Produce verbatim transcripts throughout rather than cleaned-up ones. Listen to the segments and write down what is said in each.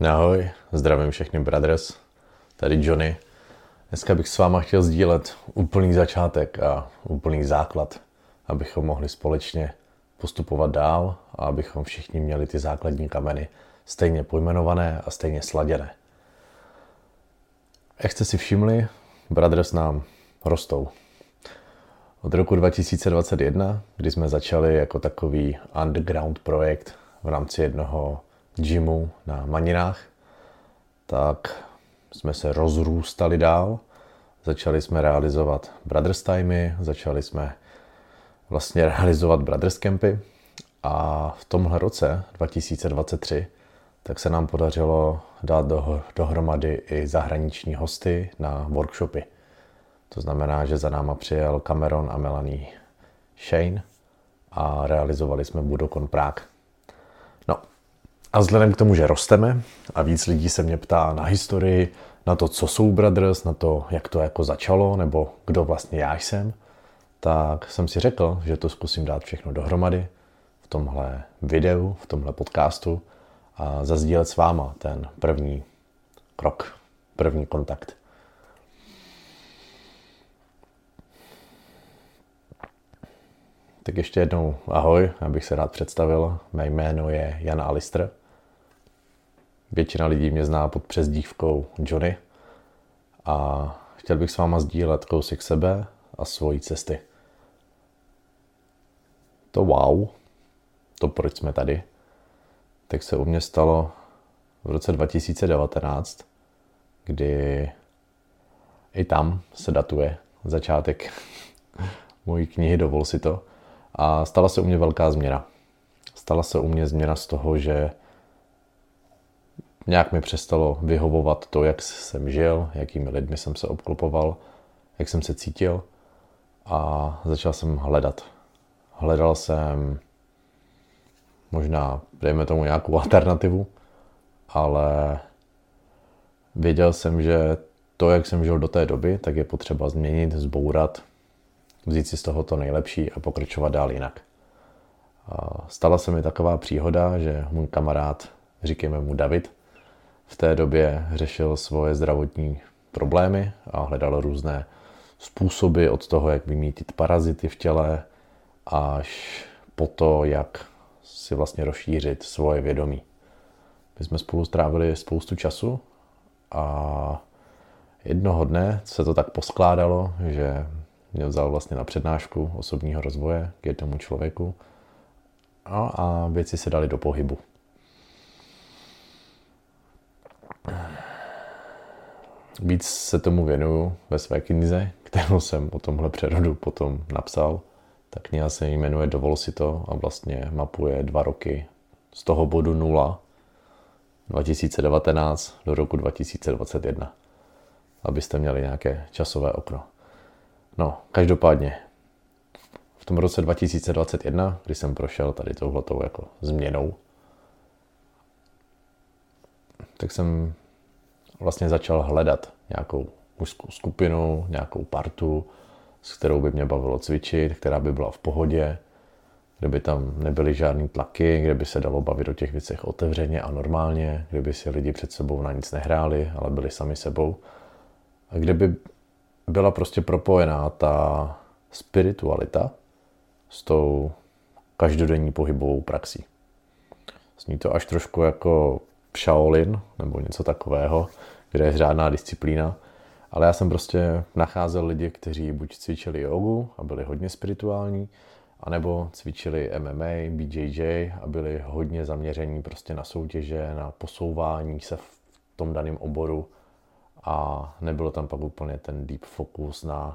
Ahoj, zdravím všechny brothers, tady Johnny. Dneska bych s váma chtěl sdílet úplný začátek a úplný základ, abychom mohli společně postupovat dál a abychom všichni měli ty základní kameny stejně pojmenované a stejně sladěné. Jak jste si všimli, brothers nám rostou. Od roku dva tisíce dvacet jedna, kdy jsme začali jako takový underground projekt v rámci jednoho gymu na Maninách, tak jsme se rozrůstali dál. Začali jsme realizovat Brothers Timey, začali jsme vlastně realizovat Brothers Campy a v tomhle roce dva tisíce dvacet tři tak se nám podařilo dát do, dohromady i zahraniční hosty na workshopy. To znamená, že za náma přijel Cameron a Melanie Shane a realizovali jsme Budokon Prague. No a vzhledem k tomu, že rosteme a víc lidí se mě ptá na historii, na to, co jsou Brothers, na to, jak to jako začalo, nebo kdo vlastně já jsem, tak jsem si řekl, že to zkusím dát všechno dohromady v tomhle videu, v tomhle podcastu a zazdílet s váma ten první krok, první kontakt. Tak ještě jednou ahoj, abych se rád představil. Mé jméno je Jan Alister. Většina lidí mě zná pod přezdívkou Johnny a chtěl bych s váma sdílet kousek sebe a svojí cesty. To wow, to proč jsme tady, tak se u mě stalo v roce dva tisíce devatenáct, kdy i tam se datuje začátek mojí knihy Dovol si to. A stala se u mě velká změna. Stala se u mě změna z toho, že nějak mi přestalo vyhovovat to, jak jsem žil, jakými lidmi jsem se obklopoval, jak jsem se cítil a začal jsem hledat. Hledal jsem možná, dejme tomu, nějakou alternativu, ale věděl jsem, že to, jak jsem žil do té doby, tak je potřeba změnit, zbourat, vzít si z toho to nejlepší a pokračovat dál jinak. A stala se mi taková příhoda, že můj kamarád, říkejme mu David, v té době řešil svoje zdravotní problémy a hledal různé způsoby od toho, jak vymýtit parazity v těle, až po to, jak si vlastně rozšířit svoje vědomí. My jsme spolu strávili spoustu času a jednoho dne se to tak poskládalo, že mě vzal vlastně na přednášku osobního rozvoje k jednomu člověku a, a věci se daly do pohybu. Víc se tomu věnuju ve své knize, kterou jsem o tomhle přerodu potom napsal. Ta kniha se jmenuje Dovol si to a vlastně mapuje dva roky z toho bodu nula dva tisíce devatenáct do roku dva tisíce dvacet jedna, abyste měli nějaké časové okno. No, každopádně v tom roce dva tisíce dvacet jedna, kdy jsem prošel tady touhletou jako změnou, tak jsem vlastně začal hledat nějakou mužskou skupinu, nějakou partu, s kterou by mě bavilo cvičit, která by byla v pohodě, kde by tam nebyly žádný tlaky, kde by se dalo bavit o těch věcech otevřeně a normálně, kde by si lidi před sebou na nic nehráli, ale byli sami sebou. A kde by byla prostě propojená ta spiritualita s tou každodenní pohybovou praxí. Zní to až trošku jako Shaolin nebo něco takového, kde je řádná disciplína, ale já jsem prostě nacházel lidi, kteří buď cvičili jogu a byli hodně spirituální, anebo cvičili M M A, B J J a byli hodně zaměření prostě na soutěže, na posouvání se v tom daném oboru a nebylo tam pak úplně ten deep focus na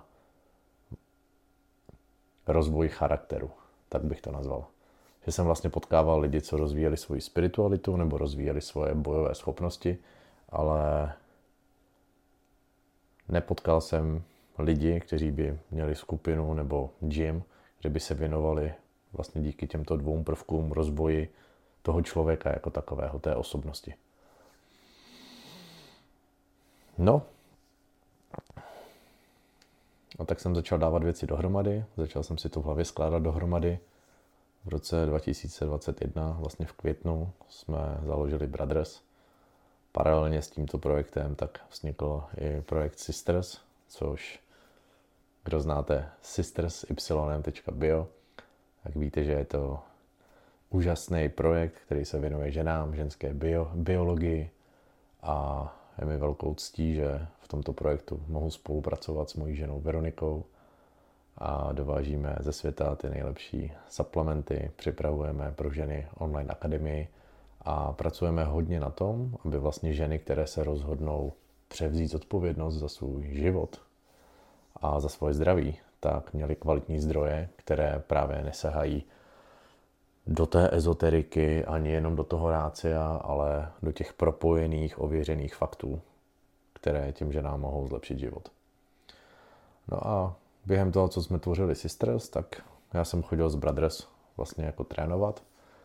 rozvoj charakteru, tak bych to nazval. Že jsem vlastně potkával lidi, co rozvíjeli svoji spiritualitu nebo rozvíjeli svoje bojové schopnosti, ale nepotkal jsem lidi, kteří by měli skupinu nebo gym, kde by se věnovali vlastně díky těmto dvou prvkům rozvoji toho člověka jako takového, té osobnosti. No, a tak jsem začal dávat věci dohromady, začal jsem si to v hlavě skládat dohromady. V roce dva tisíce dvacet jedna, vlastně v květnu, jsme založili Brothers Paralelně s tímto projektem tak vznikl i projekt Sisters, což kdo znáte sisters tečka bio, tak víte, že je to úžasný projekt, který se věnuje ženám, ženské bio, biologii a je mi velkou ctí, že v tomto projektu mohu spolupracovat s mojí ženou Veronikou a dovážíme ze světa ty nejlepší suplementy, připravujeme pro ženy online akademii a pracujeme hodně na tom, aby vlastně ženy, které se rozhodnou převzít odpovědnost za svůj život a za svoje zdraví, tak měly kvalitní zdroje, které právě nesahají do té ezoteriky ani jenom do toho rácia, ale do těch propojených, ověřených faktů, které tím ženám mohou zlepšit život. No a během toho, co jsme tvořili Sisters, tak já jsem chodil s Brothers vlastně jako trénovat.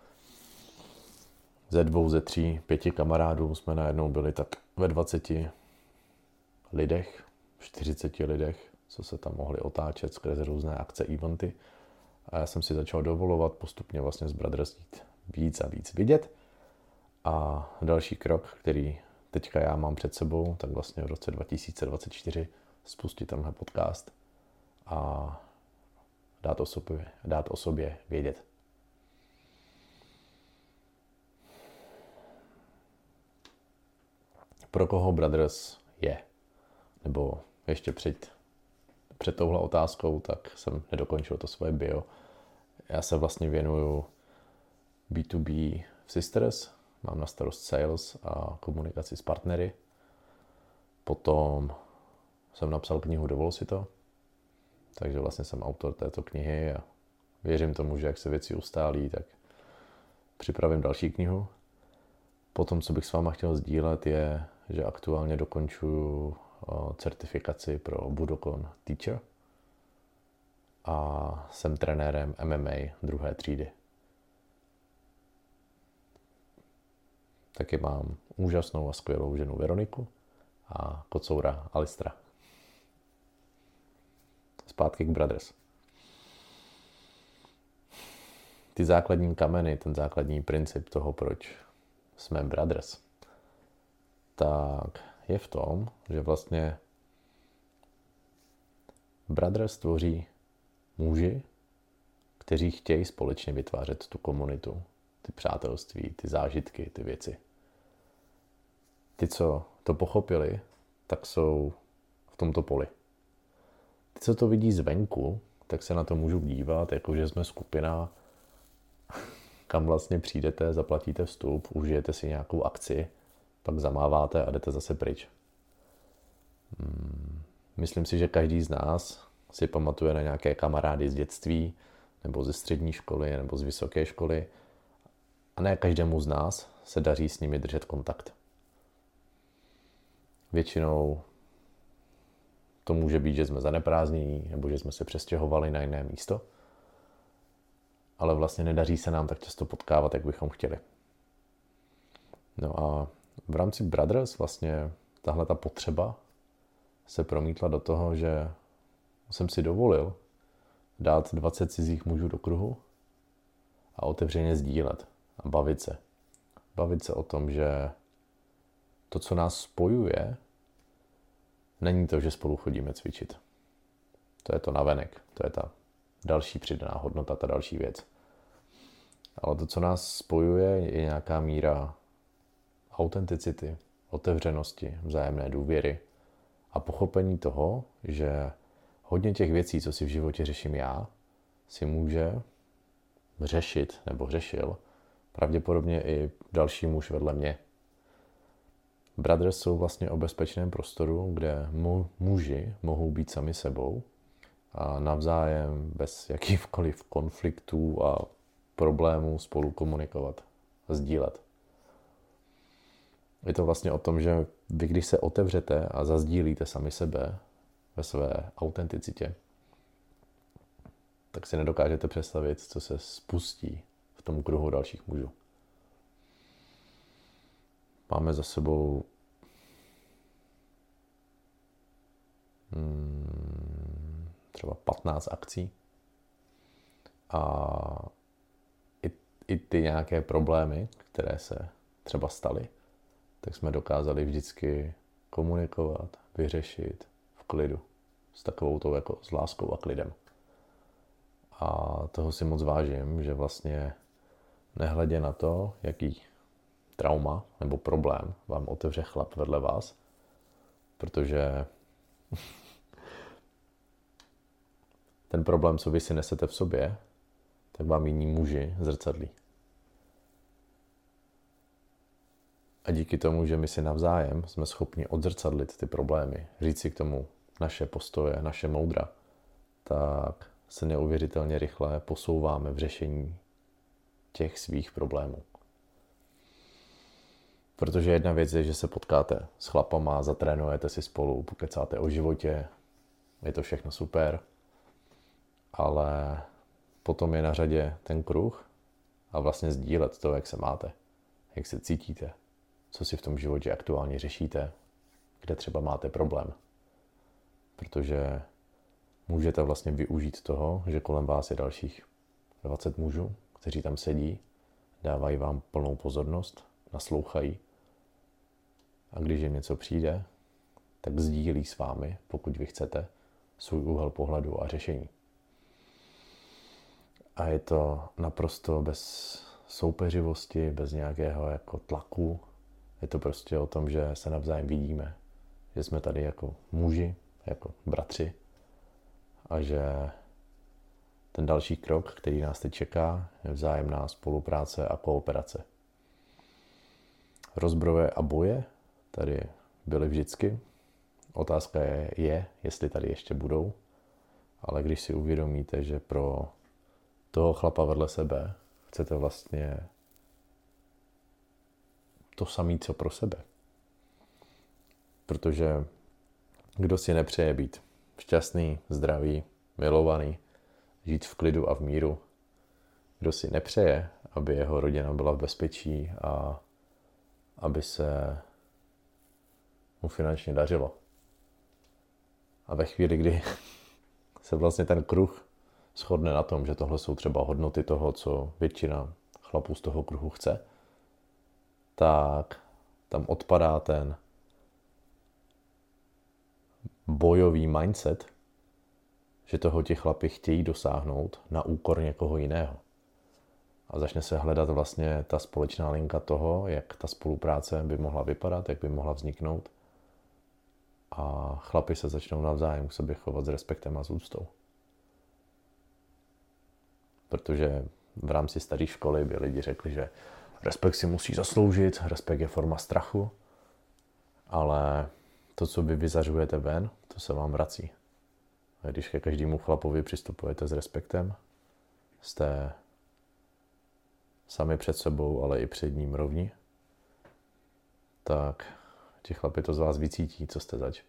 Ze dvou, ze tří, pěti kamarádů jsme najednou byli tak ve dvaceti lidech, čtyřiceti lidech, co se tam mohli otáčet skrze různé akce, eventy. A já jsem si začal dovolovat postupně vlastně s Brothers jít víc a víc vidět. A další krok, který teďka já mám před sebou, tak vlastně v roce dva tisíce dvacet čtyři spustit tenhle podcast a dát o sobě, dát o sobě vědět. Pro koho Brothers je? Nebo ještě před, před touhle otázkou, tak jsem nedokončil to svoje bio. Já se vlastně věnuju bé dvě bé v Sisters, mám na starost sales a komunikaci s partnery. Potom jsem napsal knihu Dovol si to, takže vlastně jsem autor této knihy a věřím tomu, že jak se věci ustálí, tak připravím další knihu. Potom, co bych s váma chtěl sdílet, je, že aktuálně dokončuju certifikaci pro Budokon Teacher a jsem trenérem em em á druhé třídy. Taky mám úžasnou a skvělou ženu Veroniku a kocoura Alistra. Zpátky k Brothers. Ty základní kameny, ten základní princip toho, proč jsme Brothers, tak je v tom, že vlastně Brothers tvoří muži, kteří chtějí společně vytvářet tu komunitu, ty přátelství, ty zážitky, ty věci. Ty, co to pochopili, tak jsou v tomto poli. Ty, co to vidí zvenku, tak se na to můžou dívat, jako že jsme skupina, kam vlastně přijdete, zaplatíte vstup, užijete si nějakou akci, pak zamáváte a jdete zase pryč. Myslím si, že každý z nás si pamatuje na nějaké kamarády z dětství, nebo ze střední školy, nebo z vysoké školy. A ne každému z nás se daří s nimi držet kontakt. Většinou to může být, že jsme zaneprázdnění, nebo že jsme se přestěhovali na jiné místo. Ale vlastně nedaří se nám tak často potkávat, jak bychom chtěli. No a v rámci Brothers vlastně tahle ta potřeba se promítla do toho, že jsem si dovolil dát dvacet cizích mužů do kruhu a otevřeně sdílet a bavit se. Bavit se o tom, že to, co nás spojuje, není to, že spolu chodíme cvičit. To je to navenek, to je ta další přidaná hodnota, ta další věc. Ale to, co nás spojuje, je nějaká míra autenticity, otevřenosti, vzájemné důvěry a pochopení toho, že hodně těch věcí, co si v životě řeším já, si může řešit nebo řešil pravděpodobně i další muž vedle mě. Brothers jsou vlastně o bezpečném prostoru, kde mu, muži mohou být sami sebou a navzájem bez jakýchkoliv konfliktů a problémů spolu komunikovat a sdílet. Je to vlastně o tom, že vy, když se otevřete a zazdílíte sami sebe ve své autenticitě, tak si nedokážete představit, co se spustí v tom kruhu dalších mužů. Máme za sebou hmm, třeba patnáct akcí a i, i ty nějaké problémy, které se třeba staly, tak jsme dokázali vždycky komunikovat, vyřešit v klidu. S takovou tou jako s láskou a klidem. A toho si moc vážím, že vlastně nehledě na to, jaký trauma nebo problém vám otevře chlap vedle vás, protože ten problém, co vy si nesete v sobě, tak vám jiní muži zrcadlí. A díky tomu, že my si navzájem jsme schopni odzrcadlit ty problémy, říct si k tomu naše postoje, naše moudra, tak se neuvěřitelně rychle posouváme v řešení těch svých problémů. Protože jedna věc je, že se potkáte s chlapama, zatrénujete si spolu, pokecáte o životě, je to všechno super, ale potom je na řadě ten kruh a vlastně sdílet to, jak se máte, jak se cítíte, co si v tom životě aktuálně řešíte, kde třeba máte problém. Protože můžete vlastně využít toho, že kolem vás je dalších dvacet mužů, kteří tam sedí, dávají vám plnou pozornost, naslouchají a když jim něco přijde, tak sdílí s vámi, pokud vy chcete, svůj úhel pohledu a řešení. A je to naprosto bez soupeřivosti, bez nějakého jako tlaku. Je to prostě o tom, že se navzájem vidíme, že jsme tady jako muži, jako bratři a že ten další krok, který nás teď čeká, je vzájemná spolupráce a kooperace. Rozbroje a boje tady byly vždycky. Otázka je, je, jestli tady ještě budou, ale když si uvědomíte, že pro toho chlapa vedle sebe chcete vlastně to samé, co pro sebe. Protože kdo si nepřeje být šťastný, zdravý, milovaný, žít v klidu a v míru, kdo si nepřeje, aby jeho rodina byla v bezpečí a aby se mu finančně dařilo. A ve chvíli, kdy se vlastně ten kruh shodne na tom, že tohle jsou třeba hodnoty toho, co většina chlapů z toho kruhu chce, tak tam odpadá ten bojový mindset, že toho ti chlapi chtějí dosáhnout na úkor někoho jiného. A začne se hledat vlastně ta společná linka toho, jak ta spolupráce by mohla vypadat, jak by mohla vzniknout. A chlapi se začnou navzájem k sobě chovat s respektem a s úctou. Protože v rámci staré školy by lidi řekli, že respekt si musí zasloužit, respekt je forma strachu, ale to, co vy vyzařujete ven, to se vám vrací. A když ke každému chlapovi přistupujete s respektem, jste sami před sebou, ale i před ním rovni, tak ti chlapi to z vás vycítí, co jste zač.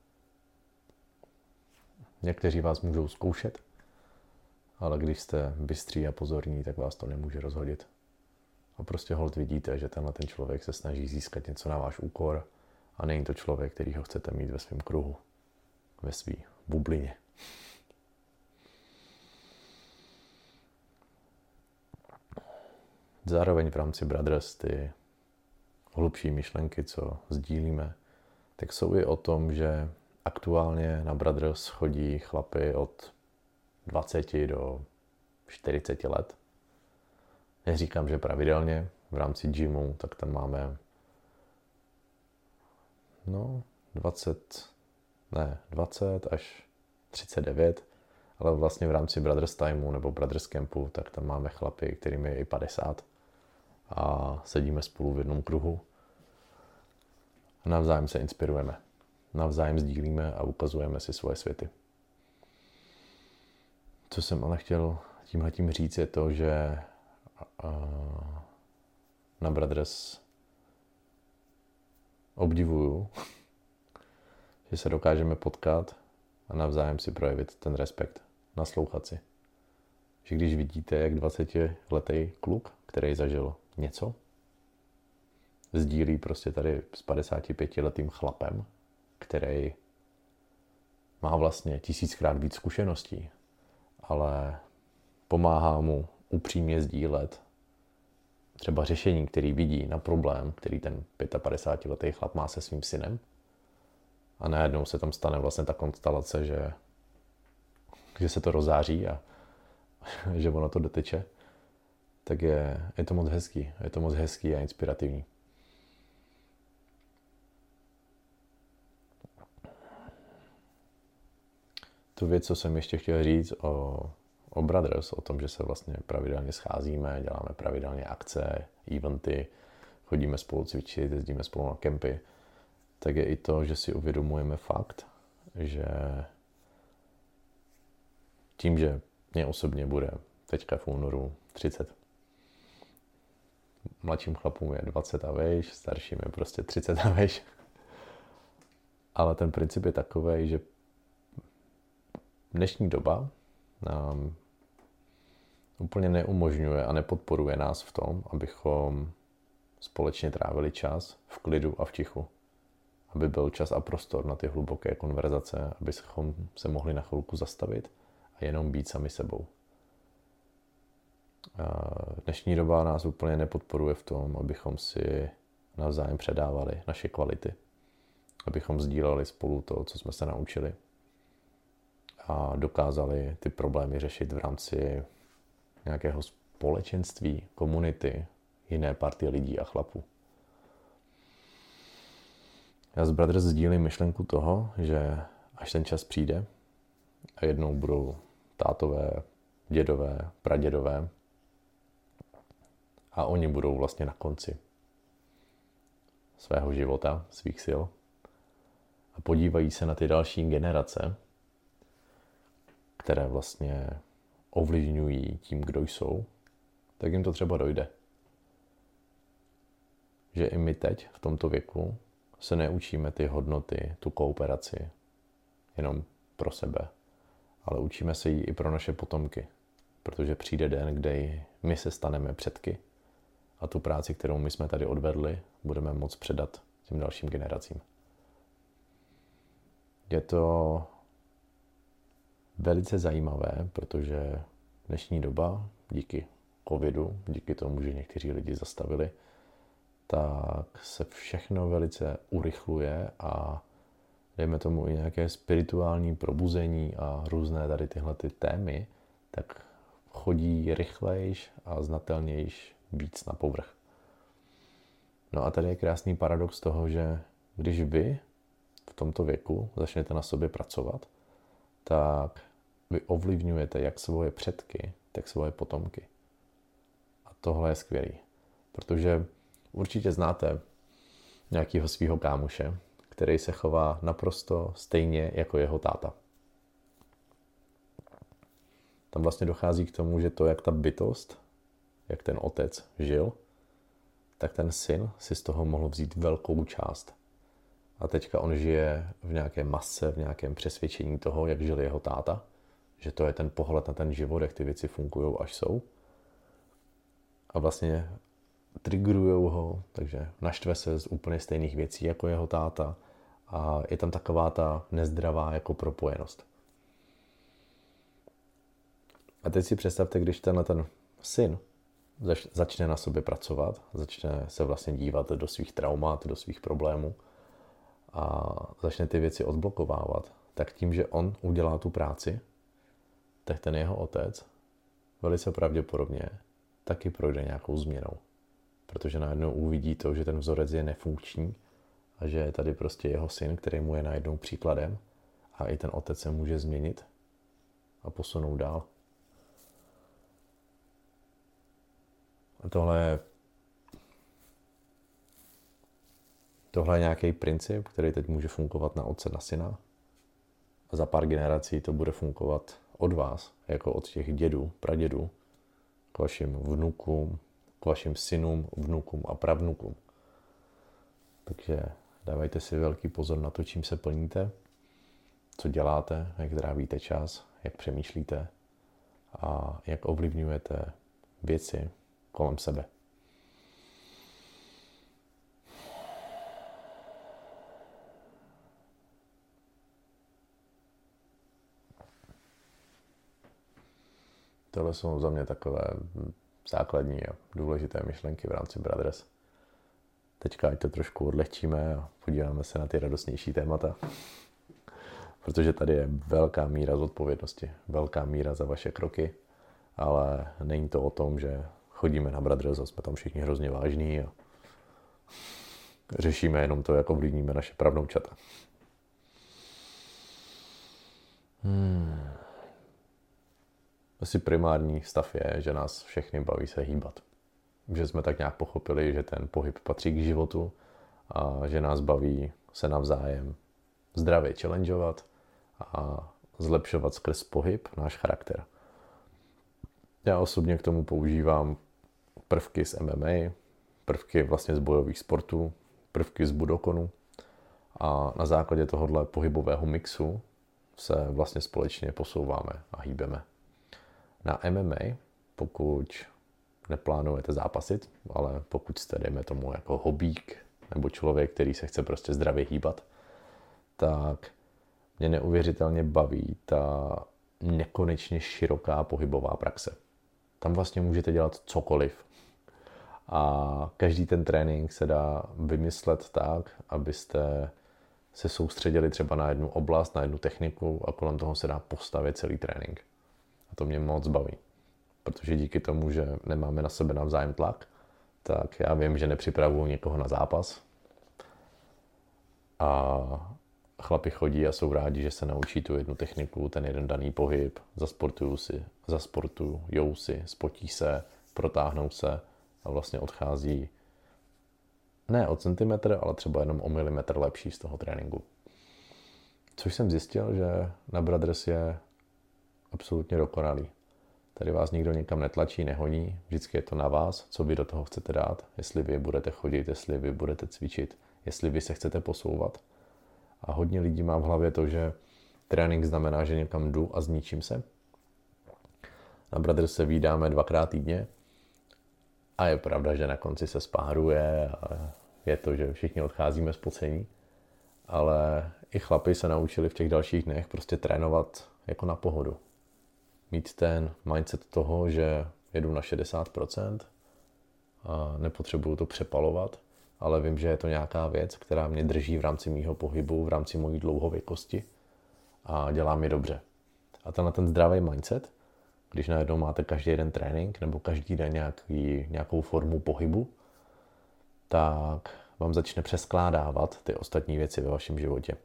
Někteří vás můžou zkoušet, ale když jste bystří a pozorní, tak vás to nemůže rozhodit. A prostě holt vidíte, že tenhle ten člověk se snaží získat něco na váš úkor a není to člověk, který ho chcete mít ve svém kruhu, ve své bublině. Zároveň v rámci Brothers ty hlubší myšlenky, co sdílíme, tak jsou i o tom, že aktuálně na Brothers chodí chlapy od dvaceti do čtyřiceti let. Neříkám, že pravidelně v rámci gymu, tak tam máme no dvacet, ne, dvacet až třicet devět, ale vlastně v rámci Brothers Timeu nebo Brothers Campu, tak tam máme chlapy, kterým je i padesát a sedíme spolu v jednom kruhu. A navzájem se inspirujeme. Navzájem sdílíme a ukazujeme si svoje světy. Co jsem ale chtěl tímhletím říct je to, že na Brothers obdivuju, že se dokážeme potkat a navzájem si projevit ten respekt, naslouchat si. Že když vidíte, jak dvacetiletý kluk, který zažil něco, sdílí prostě tady s padesátipětiletým chlapem, který má vlastně tisíckrát víc zkušeností, ale pomáhá mu upřímně sdílet třeba řešení, který vidí na problém, který ten padesátipětiletý chlap má se svým synem. A najednou se tam stane vlastně ta konstelace, že, že se to rozáří a že ono to doteče. Tak je, je to moc hezký. Je to moc hezký a inspirativní. Tu věc, co jsem ještě chtěl říct o, o Brothers, o tom, že se vlastně pravidelně scházíme, děláme pravidelně akce, eventy, chodíme spolu cvičit, jezdíme spolu na kempy, tak je i to, že si uvědomujeme fakt, že tím, že mě osobně bude teďka v únoru třicet, mladším chlapům je dvacet a vejš, starším je prostě třicet a vejš, ale ten princip je takový, že dnešní doba nám úplně neumožňuje a nepodporuje nás v tom, abychom společně trávili čas v klidu a v tichu. Aby byl čas a prostor na ty hluboké konverzace, abychom se mohli na chvilku zastavit a jenom být sami sebou. A dnešní doba nás úplně nepodporuje v tom, abychom si navzájem předávali naše kvality. Abychom sdíleli spolu to, co jsme se naučili. A dokázali ty problémy řešit v rámci nějakého společenství, komunity, jiné party lidí a chlapů. Já s Brothers sdílím myšlenku toho, že až ten čas přijde a jednou budou tátové, dědové, pradědové a oni budou vlastně na konci svého života, svých sil a podívají se na ty další generace, které vlastně ovlivňují tím, kdo jsou, tak jim to třeba dojde. Že i my teď, v tomto věku, se neučíme ty hodnoty, tu kooperaci jenom pro sebe, ale učíme se ji i pro naše potomky, protože přijde den, kde my se staneme předky a tu práci, kterou my jsme tady odvedli, budeme moct předat těm dalším generacím. Je to velice zajímavé, protože dnešní doba, díky covidu, díky tomu, že někteří lidi zastavili, tak se všechno velice urychluje a dejme tomu i nějaké spirituální probuzení a různé tady tyhle ty témy, tak chodí rychlejš a znatelnějš víc na povrch. No a tady je krásný paradox toho, že když vy v tomto věku začnete na sobě pracovat, tak vy ovlivňujete jak svoje předky, tak svoje potomky. A tohle je skvělý, protože určitě znáte nějakého svého kámoše, který se chová naprosto stejně jako jeho táta. Tam vlastně dochází k tomu, že to, jak ta bytost, jak ten otec žil, tak ten syn si z toho mohl vzít velkou část. A teďka on žije v nějaké mase, v nějakém přesvědčení toho, jak žil jeho táta, že to je ten pohled na ten život, jak ty věci fungují, až jsou. A vlastně triggerujou ho, takže naštve se z úplně stejných věcí jako jeho táta a je tam taková ta nezdravá jako propojenost. A teď si představte, když tenhle ten syn začne na sobě pracovat, začne se vlastně dívat do svých traumat, do svých problémů a začne ty věci odblokovávat, tak tím, že on udělá tu práci, tak ten jeho otec velice pravděpodobně taky projde nějakou změnou. Protože najednou uvidí to, že ten vzorec je nefunkční a že je tady prostě jeho syn, který mu je najednou příkladem a i ten otec se může změnit a posunout dál. A tohle je, tohle je nějaký princip, který teď může fungovat na otce na syna a za pár generací to bude fungovat od vás, jako od těch dědů, pradědů, k vašim vnukům, k vašim synům, vnukům a pravnukům. Takže dávajte si velký pozor na to, čím se plníte, co děláte, jak trávíte čas, jak přemýšlíte a jak ovlivňujete věci kolem sebe. Tohle jsou za mě takové základní a důležité myšlenky v rámci Brothers. Teďka ať to trošku odlehčíme a podíváme se na ty radostnější témata. Protože tady je velká míra zodpovědnosti, velká míra za vaše kroky, ale není to o tom, že chodíme na Brothers a jsme tam všichni hrozně vážní a řešíme jenom to, jak ovlivníme naše pravnoučata. Hmm. Asi primární stav je, že nás všechny baví se hýbat. Že jsme tak nějak pochopili, že ten pohyb patří k životu a že nás baví se navzájem zdravě challengeovat a zlepšovat skrz pohyb náš charakter. Já osobně k tomu používám prvky z M M A, prvky vlastně z bojových sportů, prvky z budokonu a na základě tohohle pohybového mixu se vlastně společně posouváme a hýbeme. Na M M A, pokud neplánujete zápasit, ale pokud jste, dejme tomu, jako hobík nebo člověk, který se chce prostě zdravě hýbat, tak mě neuvěřitelně baví ta nekonečně široká pohybová praxe. Tam vlastně můžete dělat cokoliv. A každý ten trénink se dá vymyslet tak, abyste se soustředili třeba na jednu oblast, na jednu techniku a kolem toho se dá postavit celý trénink. A to mě moc baví. Protože díky tomu, že nemáme na sebe navzájem tlak, tak já vím, že nepřipravuju někoho na zápas. A chlapi chodí a jsou rádi, že se naučí tu jednu techniku, ten jeden daný pohyb, zasportují si, zasportujou si, spotí se, protáhnou se a vlastně odchází ne o centimetr, ale třeba jenom o milimetr lepší z toho tréninku. Což jsem zjistil, že na Brothers je absolutně dokonalý. Tady vás nikdo nikam netlačí, nehoní, vždycky je to na vás, co vy do toho chcete dát, jestli vy budete chodit, jestli vy budete cvičit, jestli vy se chcete posouvat. A hodně lidí má v hlavě to, že trénink znamená, že někam jdu a zničím se. Na Brothers se vídáme dvakrát týdně a je pravda, že na konci se spáruje a je to, že všichni odcházíme spocení. Ale i chlapi se naučili v těch dalších dnech prostě trénovat jako na pohodu. Mít ten mindset toho, že jedu na šedesát procent a nepotřebuju to přepalovat, ale vím, že je to nějaká věc, která mě drží v rámci mýho pohybu, v rámci mojí dlouhověkosti a dělá mi dobře. A tenhle ten zdravý mindset, když najednou máte každý jeden trénink nebo každý den nějaký, nějakou formu pohybu, tak vám začne přeskládávat ty ostatní věci ve vašem životě.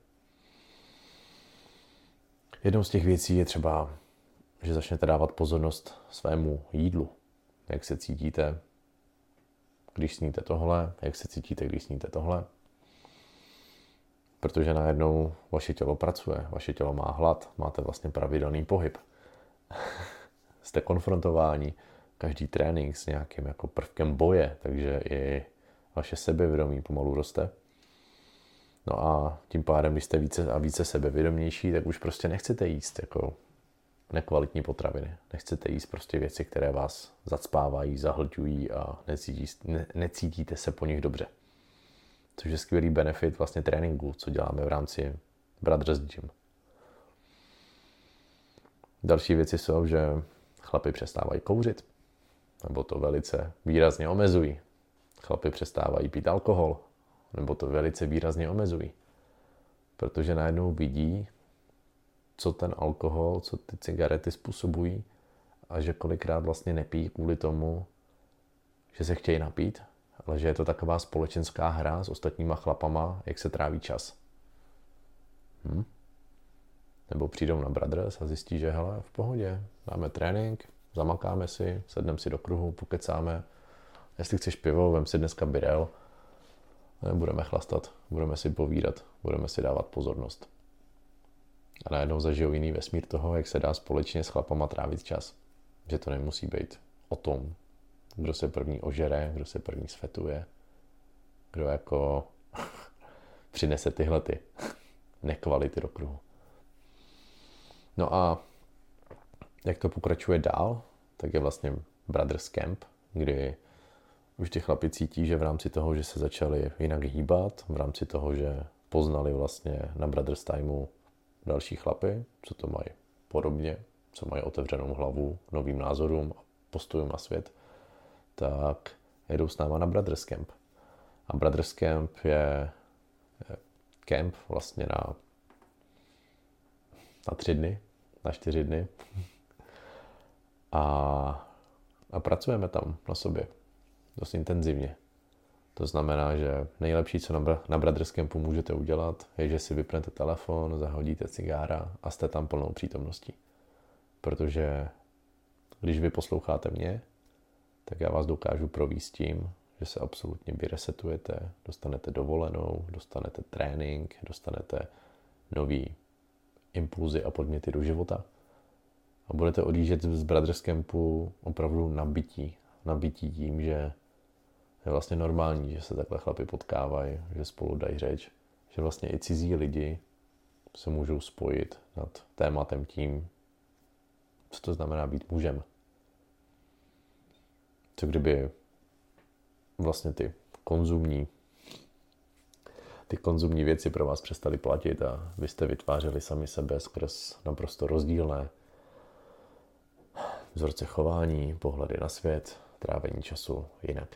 Jednou z těch věcí je třeba, že začnete dávat pozornost svému jídlu. Jak se cítíte, když sníte tohle, jak se cítíte, když sníte tohle. Protože najednou vaše tělo pracuje, vaše tělo má hlad, máte vlastně pravidelný pohyb. Jste konfrontováni každý trénink s nějakým jako prvkem boje, takže i vaše sebevědomí pomalu roste. No a tím pádem, když jste více a více sebevědomější, tak už prostě nechcete jíst jako nekvalitní potraviny. Nechcete jíst prostě věci, které vás zacpávají, zahlťují a necítí, ne, necítíte se po nich dobře. Což je skvělý benefit vlastně tréninku, co děláme v rámci Brothers Gym. Další věci jsou, že chlapi přestávají kouřit, nebo to velice výrazně omezují. Chlapi přestávají pít alkohol, nebo to velice výrazně omezují. Protože najednou vidí, co ten alkohol, co ty cigarety způsobují a že kolikrát vlastně nepí kvůli tomu, že se chtějí napít, ale že je to taková společenská hra s ostatníma chlapama, jak se tráví čas. Hm? Nebo přijdou na Brothers a zjistí, že hele, v pohodě, dáme trénink, zamakáme si, sedneme si do kruhu, pokecáme. Jestli chceš pivo, vem si dneska birel, budeme chlastat, budeme si povídat, budeme si dávat pozornost. A najednou zažijou jiný vesmír toho, jak se dá společně s chlapama trávit čas. Že to nemusí být o tom, kdo se první ožere, kdo se první svetuje, kdo jako přinese tyhle ty nekvality do kruhu. No a jak to pokračuje dál, tak je vlastně Brothers Camp, kdy už ty chlapi cítí, že v rámci toho, že se začali jinak hýbat, v rámci toho, že poznali vlastně na Brothers Timeu další chlapy, co to mají podobně, co mají otevřenou hlavu novým názorům a postojům na svět, tak jedou s náma na Brothers Camp. A Brothers Camp je camp vlastně na, na tři dny, na čtyři dny. A, a pracujeme tam na sobě dost intenzivně. To znamená, že nejlepší, co na, na Brothers Campu můžete udělat, je, že si vypnete telefon, zahodíte cigára a jste tam plnou přítomností. Protože když vy posloucháte mě, tak já vás dokážu provést tím, že se absolutně vyresetujete, dostanete dovolenou, dostanete trénink, dostanete nový impulzy a podněty do života a budete odjíždět z Brothers Campu opravdu nabití. Nabití tím, že je vlastně normální, že se takhle chlapi potkávají, že spolu dají řeč, že vlastně i cizí lidi se můžou spojit nad tématem tím, co to znamená být mužem. Co kdyby vlastně ty konzumní ty konzumní věci pro vás přestaly platit a vy jste vytvářeli sami sebe skrz naprosto rozdílné vzorce chování, pohledy na svět, trávení času jinak.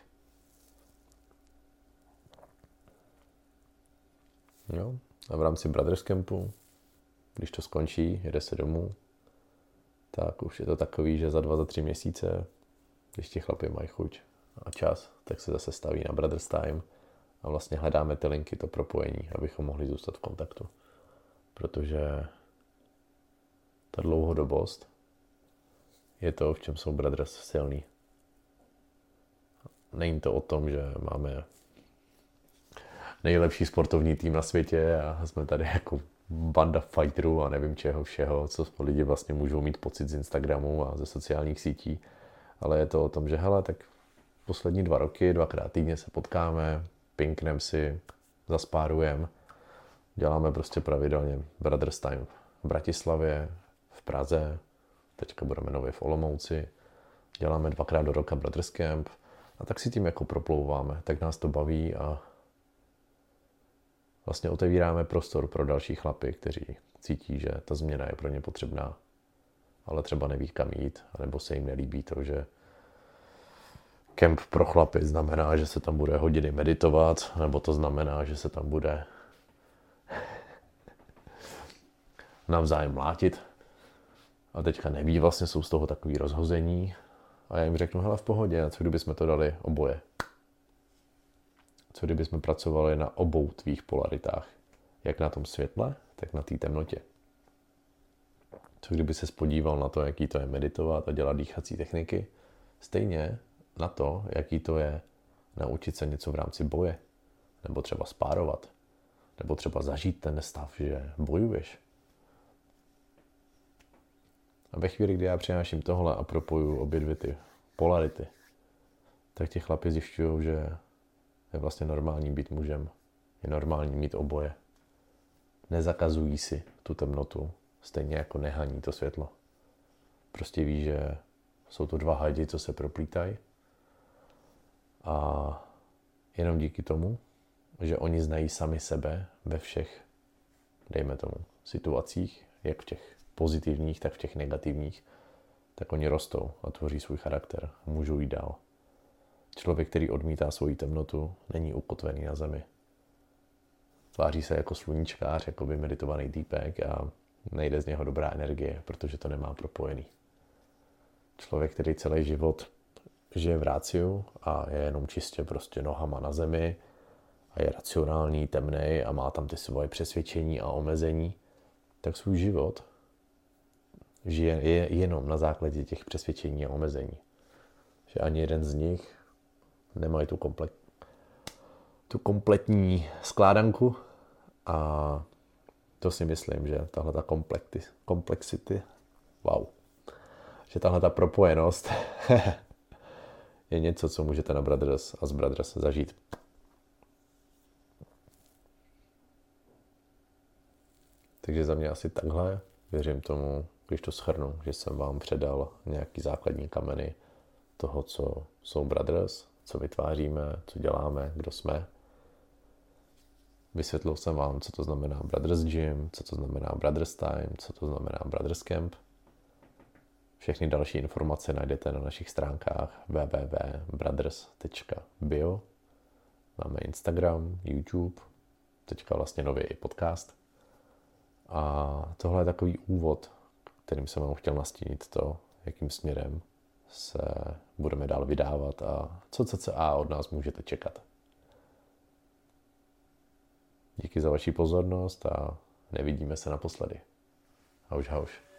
No, a v rámci Brothers Campu, když to skončí, jede se domů, tak už je to takový, že za dva, za tři měsíce, když ti chlapi mají chuť a čas, tak se zase staví na Brothers Time a vlastně hledáme ty linky, to propojení, abychom mohli zůstat v kontaktu. Protože ta dlouhodobost je to, v čem jsou Brothers silní. Není to o tom, že máme nejlepší sportovní tým na světě a jsme tady jako banda fighterů a nevím čeho všeho, co lidi vlastně můžou mít pocit z Instagramu a ze sociálních sítí. Ale je to o tom, že hele, tak poslední dva roky, dvakrát týdně se potkáme, pinknem si, zaspárujeme, děláme prostě pravidelně Brothers Time v Bratislavě, v Praze, teďka budeme nově v Olomouci, děláme dvakrát do roka Brothers Camp a tak si tím jako proplouváme, tak nás to baví a vlastně otevíráme prostor pro další chlapy, kteří cítí, že ta změna je pro ně potřebná, ale třeba neví kam jít, anebo se jim nelíbí to, že kemp pro chlapy znamená, že se tam bude hodiny meditovat, nebo to znamená, že se tam bude navzájem mlátit. A teďka neví, vlastně jsou z toho takový rozhození. A já jim řeknu, hele, v pohodě, a co kdyby jsme to dali oboje? Co kdyby jsme pracovali na obou tvých polaritách? Jak na tom světle, tak na té temnotě. Co kdyby se spodíval na to, jaký to je meditovat a dělat dýchací techniky? Stejně na to, jaký to je naučit se něco v rámci boje. Nebo třeba spárovat. Nebo třeba zažít ten stav, že bojuješ. A ve chvíli, kdy já přináším tohle a propoju obě dvě ty polarity, tak ti chlapi zjišťují, že je vlastně normální být mužem. Je normální mít oboje. Nezakazují si tu temnotu, stejně jako nehaní to světlo. Prostě ví, že jsou to dva hadi, co se proplítají. A jenom díky tomu, že oni znají sami sebe ve všech, dejme tomu, situacích, jak v těch pozitivních, tak v těch negativních, tak oni rostou a tvoří svůj charakter a můžou jít dál. Člověk, který odmítá svoji temnotu, není ukotvený na zemi. Tváří se jako sluníčkář, jako by meditovaný týpek a nejde z něho dobrá energie, protože to nemá propojený. Člověk, který celý život žije v ráciu a je jenom čistě prostě nohama na zemi a je racionální, temnej a má tam ty svoje přesvědčení a omezení, tak svůj život žije je jenom na základě těch přesvědčení a omezení. Že ani jeden z nich nemají tu, komplet, tu kompletní skládanku a to si myslím, že tahle ta komplexity, wow, že tahle ta propojenost je něco, co můžete na Brothers a z Brothers zažít. Takže za mě asi takhle. Věřím tomu, když to shrnu, že jsem vám předal nějaký základní kameny toho, co jsou Brothers, co vytváříme, co děláme, kdo jsme. Vysvětlil jsem vám, co to znamená Brothers Gym, co to znamená Brothers Time, co to znamená Brothers Camp. Všechny další informace najdete na našich stránkách w w w tečka brothers tečka bio. Máme Instagram, YouTube, teďka vlastně nově i podcast. A tohle je takový úvod, kterým jsem vám chtěl nastínit to, jakým směrem se budeme dál vydávat a co cca od nás můžete čekat. Díky za vaši pozornost a nevidíme se naposledy. Hauš, hauš.